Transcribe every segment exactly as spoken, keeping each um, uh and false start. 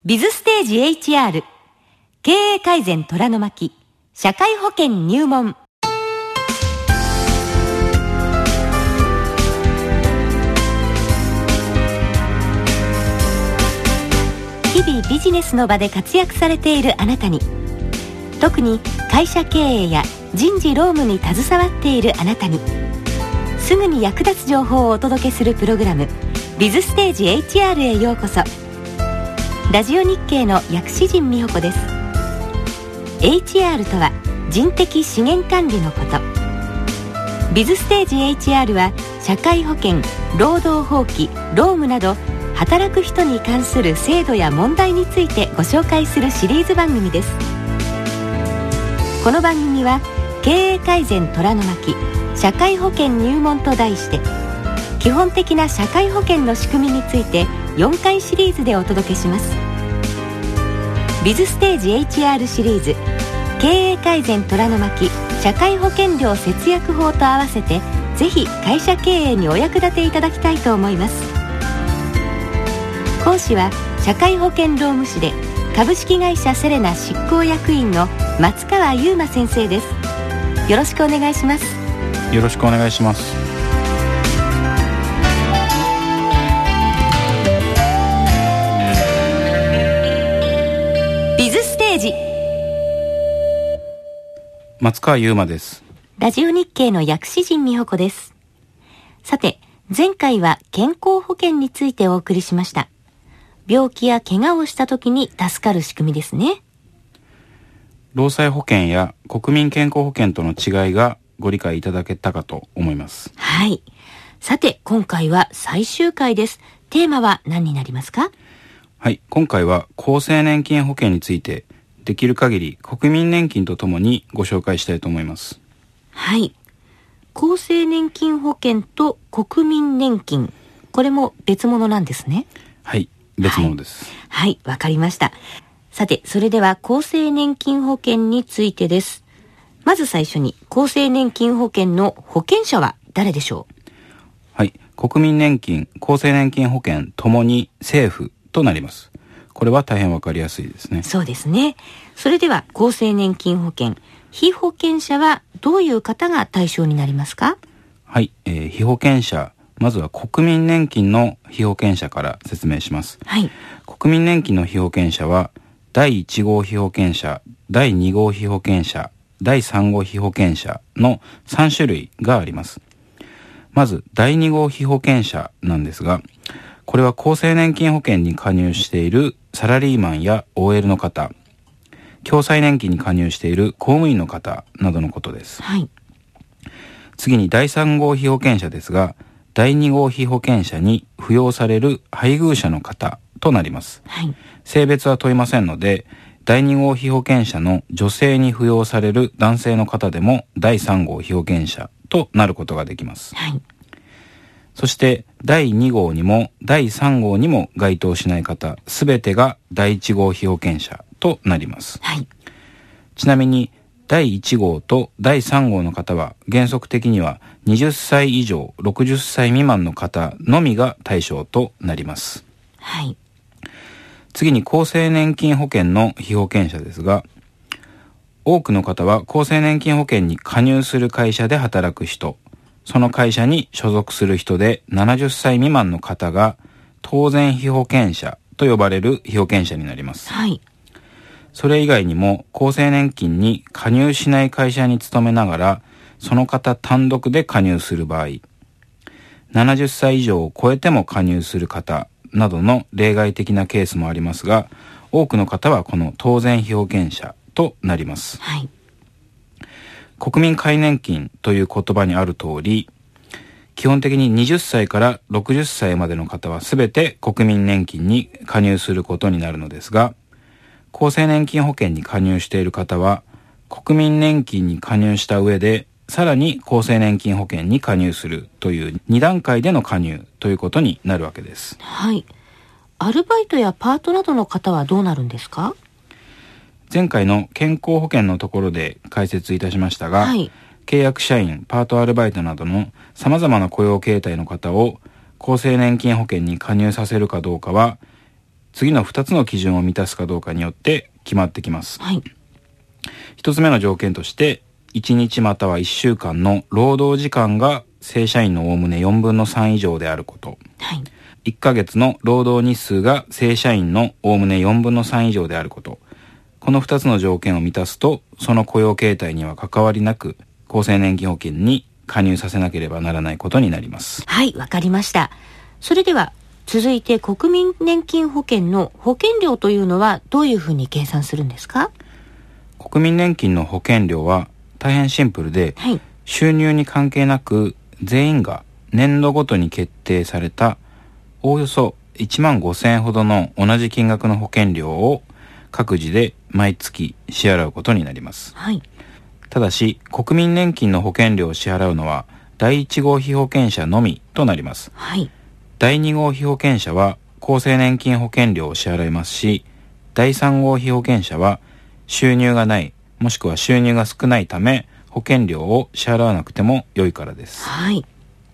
ビズステージ エイチアール 経営改善虎の巻社会保険入門。日々ビジネスの場で活躍されているあなたに、特に会社経営や人事労務に携わっているあなたに、すぐに役立つ情報をお届けするプログラム、ビズステージ エイチアール へようこそ。ラジオ日経の薬師陣美穂子です。 エイチアール とは人的資源管理のこと。ビズステージ エイチアール は社会保険、労働法規、労務など働く人に関する制度や問題についてご紹介するシリーズ番組です。この番組は経営改善虎の巻社会保険入門と題して、基本的な社会保険の仕組みについてよんかいシリーズでお届けします。ビズステージ エイチアール シリーズ経営改善虎の巻社会保険料節約法と合わせて、ぜひ会社経営にお役立ていただきたいと思います。講師は社会保険労務士で株式会社セレナ執行役員の松川優馬先生です。よろしくお願いします。 よろしくお願いします。 ビズステージ、 松川優馬です。 ラジオ日経の薬師陣美穂子です。さて、前回は健康保険についてお送りしました。病気や怪我をした時に助かる仕組みですね。 労災保険や国民健康保険との違いがご理解いただけたかと思います。 はい。さて、今回は最終回です。テーマは何になりますか？ はい、今回は厚生年金保険について、できる限り国民年金とともにご紹介したいと思います。 はい。厚生年金保険と国民年金、これも別物なんですね。 はい、別物です。 はい、わ、はい、かりました。さて、それでは厚生年金保険についてです。まず最初に、厚生年金保険の保険者は誰でしょう？ はい、国民年金、厚生年金保険ともに政府となります。これは大変わかりやすいですね。 そうですね。それでは厚生年金保険、被保険者はどういう方が対象になりますか？ はい、えー、被保険者、まずは国民年金の被保険者から説明します。 はい。 国民年金の被保険者はだいいち号被保険者、だいに号被保険者、だいさん号被保険者のさん種類があります。まずだいに号被保険者なんですが、これは厚生年金保険に加入しているサラリーマンや オーエル の方、共済年金に加入している公務員の方などのことです。 はい。 次にだいさん号被保険者ですが、だいに号被保険者に扶養される配偶者の方となります。 はい。 性別は問いませんので、だいに号被保険者の女性に扶養される男性の方でもだいさん号被保険者となることができます。 はい。そそしてだいに号にもだいさん号にも該当しない方、すべてがだいいち号被保険者となります。 はい。 ちなみにだいいち号とだいさん号の方は原則的にははたち以上ろくじゅっさい未満の方のみが対象となります。 はい。 次に厚生年金保険の被保険者ですが、多くの方は厚生年金保険に加入する会社で働く人、その会社に所属する人でななじゅっさい未満の方が当然被保険者と呼ばれる被保険者になります。 はい。 それ以外にも厚生年金に加入しない会社に勤めながらその方単独で加入する場合、ななじゅっさい以上を超えても加入する方などの例外的なケースもありますが、多くの方はこの当然被保険者となります。 はい。 国民皆年金という言葉にある通り、基本的にはたちからろくじゅっさいまでの方はすべて国民年金に加入することになるのですが、厚生年金保険に加入している方は国民年金に加入した上でさらに厚生年金保険に加入するというに段階での加入ということになるわけです。 はい。アルバイトやパートなどの方はどうなるんですか？ 前回の健康保険のところで解説いたしましたが、 はい、 契約社員、パートアルバイトなどの様々な雇用形態の方を厚生年金保険に加入させるかどうかは次のふたつの基準を満たすかどうかによって決まってきます。 はい。 ひとつめの条件として、いちにちまたはいっしゅうかんの労働時間が正社員のおおむねよんぶんのさん以上であること。 はい。 いっかげつの労働日数が正社員のおおむねよんぶんのさん以上であること。このふたつの条件を満たすと、その雇用形態には関わりなく、厚生年金保険に加入させなければならないことになります。 はい、わかりました。それでは続いて、国民年金保険の保険料というのはどういうふうに計算するんですか？ 国民年金の保険料は大変シンプルで、 はい、 収入に関係なく全員が年度ごとに決定されたおおよそいちまんごせんえんほどの同じ金額の保険料を各自で毎月支払うことになります。 はい、 ただし、国民年金の保険料を支払うのはだいいち号被保険者のみとなります。 はい、 だいに号被保険者は厚生年金保険料を支払いますし、だいさん号被保険者は収入がない、もしくは収入が少ないため保険料を支払わなくても良いからです。 はい、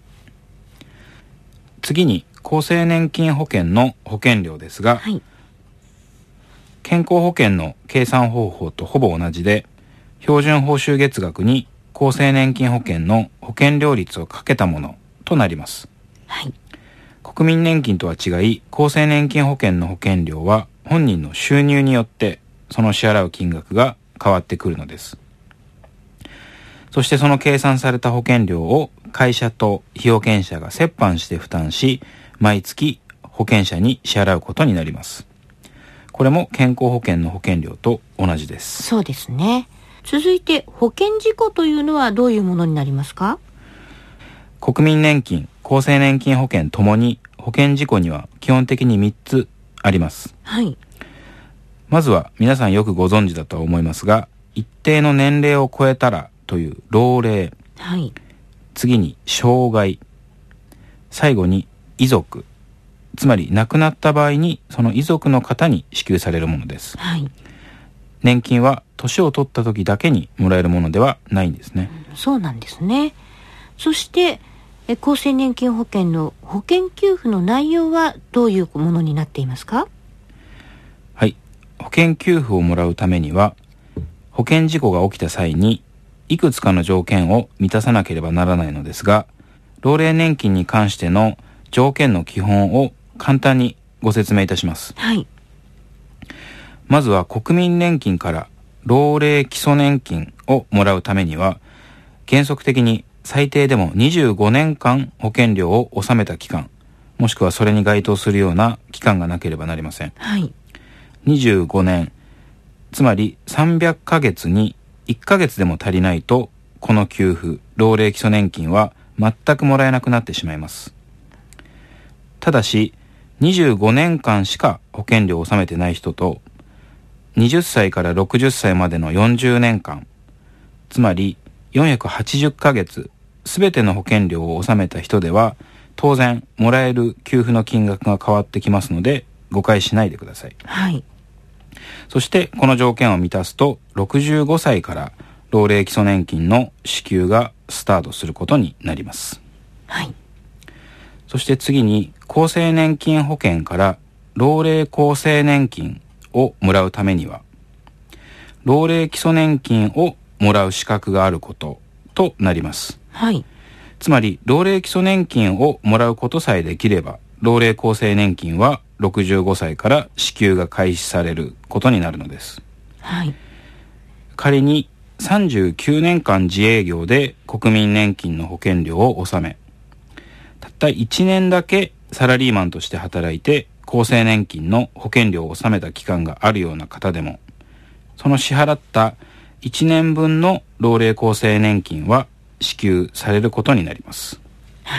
次に厚生年金保険の保険料ですが、 はい、 健康保険の計算方法とほぼ同じで、標準報酬月額に厚生年金保険の保険料率をかけたものとなります。 はい、 国民年金とは違い、厚生年金保険の保険料は本人の収入によってその支払う金額が変わってくるのです。そしてその計算された保険料を会社と被保険者が折半して負担し、毎月保険者に支払うことになります。これも健康保険の保険料と同じです。 そうですね。続いて、保険事故というのはどういうものになりますか？ 国民年金、厚生年金保険ともに保険事故には基本的にみっつあります。 はい。 まずは皆さんよくご存知だとは思いますが、一定の年齢を超えたらという老齢、 はい、 次に障害、最後に遺族、つまり亡くなった場合にその遺族の方に支給されるものです。 はい、 年金は年を取った時だけにもらえるものではないんですね。 うん、そうなんですね。そしてえ厚生年金保険の保険給付の内容はどういうものになっていますか？ はい、保険給付をもらうためには、保険事故が起きた際にいくつかの条件を満たさなければならないのですが、老齢年金に関しての条件の基本を簡単にご説明いたします。 はい。 まずは国民年金から老齢基礎年金をもらうためには、原則的に最低でもにじゅうごねんかん保険料を納めた期間、もしくはそれに該当するような期間がなければなりません。 はい。 にじゅうごねん、つまりさんびゃっかげつにいっかげつでも足りないと、この給付、老齢基礎年金は全くもらえなくなってしまいます。ただし、にじゅうごねんかんしか保険料を納めてない人と、はたちからろくじゅっさいまでのよんじゅうねんかん、つまりよんひゃくはちじゅっかげつ、すべての保険料を納めた人では、当然もらえる給付の金額が変わってきますので、誤解しないでください。 はい。 そしてこの条件を満たすと、ろくじゅうごさいから老齢基礎年金の支給がスタートすることになります。 はい。 そして次に、厚生年金保険から老齢厚生年金をもらうためには、老齢基礎年金をもらう資格があることとなります。 はい。 つまり、老齢基礎年金をもらうことさえできれば、老齢厚生年金はろくじゅうごさいから支給が開始されることになるのです。 はい。 仮にさんじゅうきゅうねんかん自営業で国民年金の保険料を納め、たったいちねんだけサラリーマンとして働いて厚生年金の保険料を納めた期間があるような方でも、その支払ったいちねんぶんの老齢厚生年金は支給されることになります。 はい。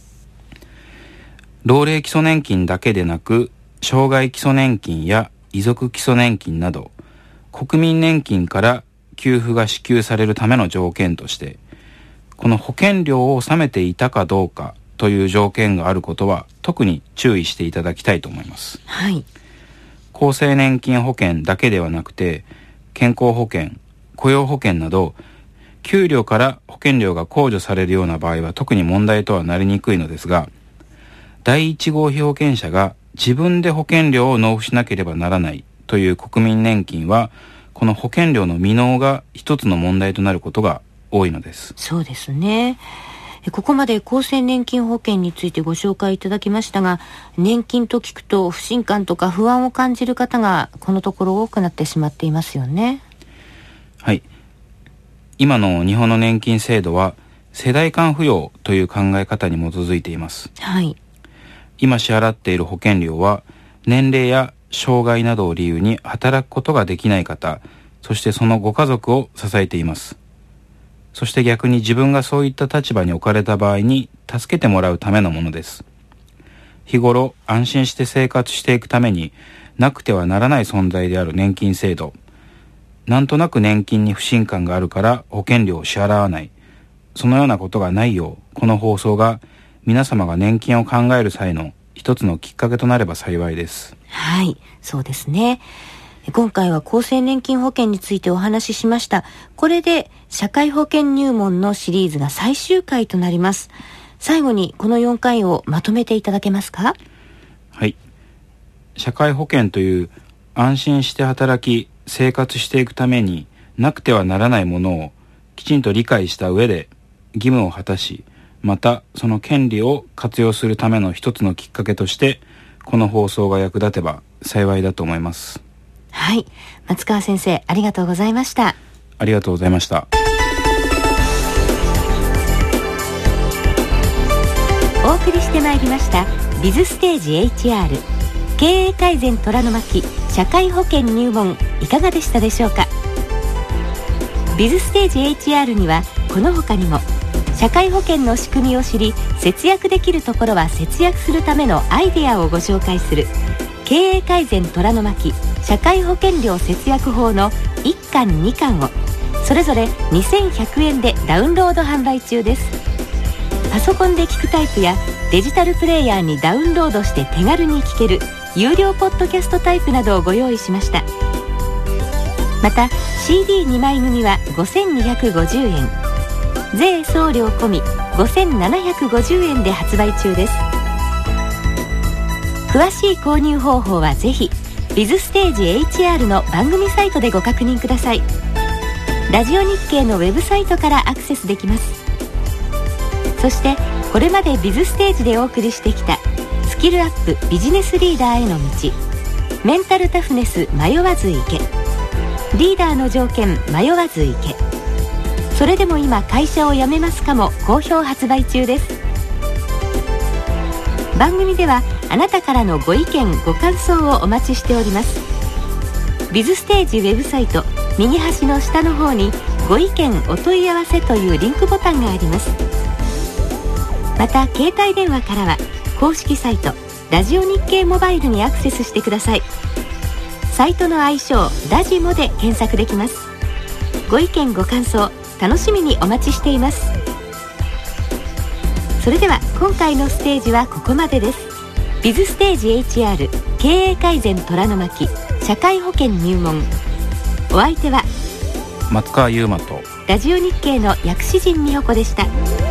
老齢基礎年金だけでなく、障害基礎年金や遺族基礎年金など、国民年金から給付が支給されるための条件として、この保険料を納めていたかどうかという条件があることは特に注意していただきたいと思います。 はい。 厚生年金保険だけではなくて、健康保険、雇用保険など、給料から保険料が控除されるような場合は特に問題とはなりにくいのですが、だいいち号被保険者が自分で保険料を納付しなければならないという国民年金は、この保険料の未納が一つの問題となることが多いのです。 そうですね。ここまで厚生年金保険についてご紹介いただきましたが、年金と聞くと不信感とか不安を感じる方がこのところ多くなってしまっていますよね。 はい。今の日本の年金制度は世代間扶養という考え方に基づいています。 はい。 今支払っている保険料は年齢や障害などを理由に働くことができない方、そしてそのご家族を支えています。そして逆に自分がそういった立場に置かれた場合に助けてもらうためのものです。日頃安心して生活していくためになくてはならない存在である年金制度。なんとなく年金に不信感があるから保険料を支払わない。そのようなことがないよう、この放送が皆様が年金を考える際の一つのきっかけとなれば幸いです。 はい、そうですね。今回は厚生年金保険についてお話ししました。これで社会保険入門のシリーズが最終回となります。最後にこのよんかいをまとめていただけますか？ はい。社会保険という安心して働き生活していくためになくてはならないものをきちんと理解した上で義務を果たし、またその権利を活用するための一つのきっかけとしてこの放送が役立てば幸いだと思います。 はい、松川先生ありがとうございました。 ありがとうございました。 お送りしてまいりましたビズステージ エイチアール 経営改善虎の巻社会保険入門、いかがでしたでしょうか。ビズステージ エイチアール にはこの他にも社会保険の仕組みを知り節約できるところは節約するためのアイデアをご紹介する経営改善虎の巻社会保険料節約法のいっかんにかんをそれぞれにせんひゃくえんでダウンロード販売中です。パソコンで聞くタイプやデジタルプレイヤーにダウンロードして手軽に聞ける有料ポッドキャストタイプなどをご用意しました。また シーディーに 枚組はごせんにひゃくごじゅうえん、税送料込みごせんななひゃくごじゅうえんで発売中です。詳しい購入方法はぜひビズステージ エイチアール の番組サイトでご確認ください。ラジオ日経のウェブサイトからアクセスできます。そしてこれまでビズステージでお送りしてきたスキルアップビジネスリーダーへの道、メンタルタフネス迷わず行け、リーダーの条件迷わず行け、それでも今会社を辞めますかも好評発売中です。番組ではあなたからのご意見ご感想をお待ちしております。ビズステージウェブサイト右端の下の方にご意見お問い合わせというリンクボタンがあります。また携帯電話からは公式サイトラジオ日経モバイルにアクセスしてください。サイトの愛称ラジモで検索できます。ご意見ご感想楽しみにお待ちしています。それでは今回のステージはここまでです。ビズステージ エイチアール 経営改善虎の巻社会保険入門、お相手は松川優馬とラジオ日経の薬師陣美穂子でした。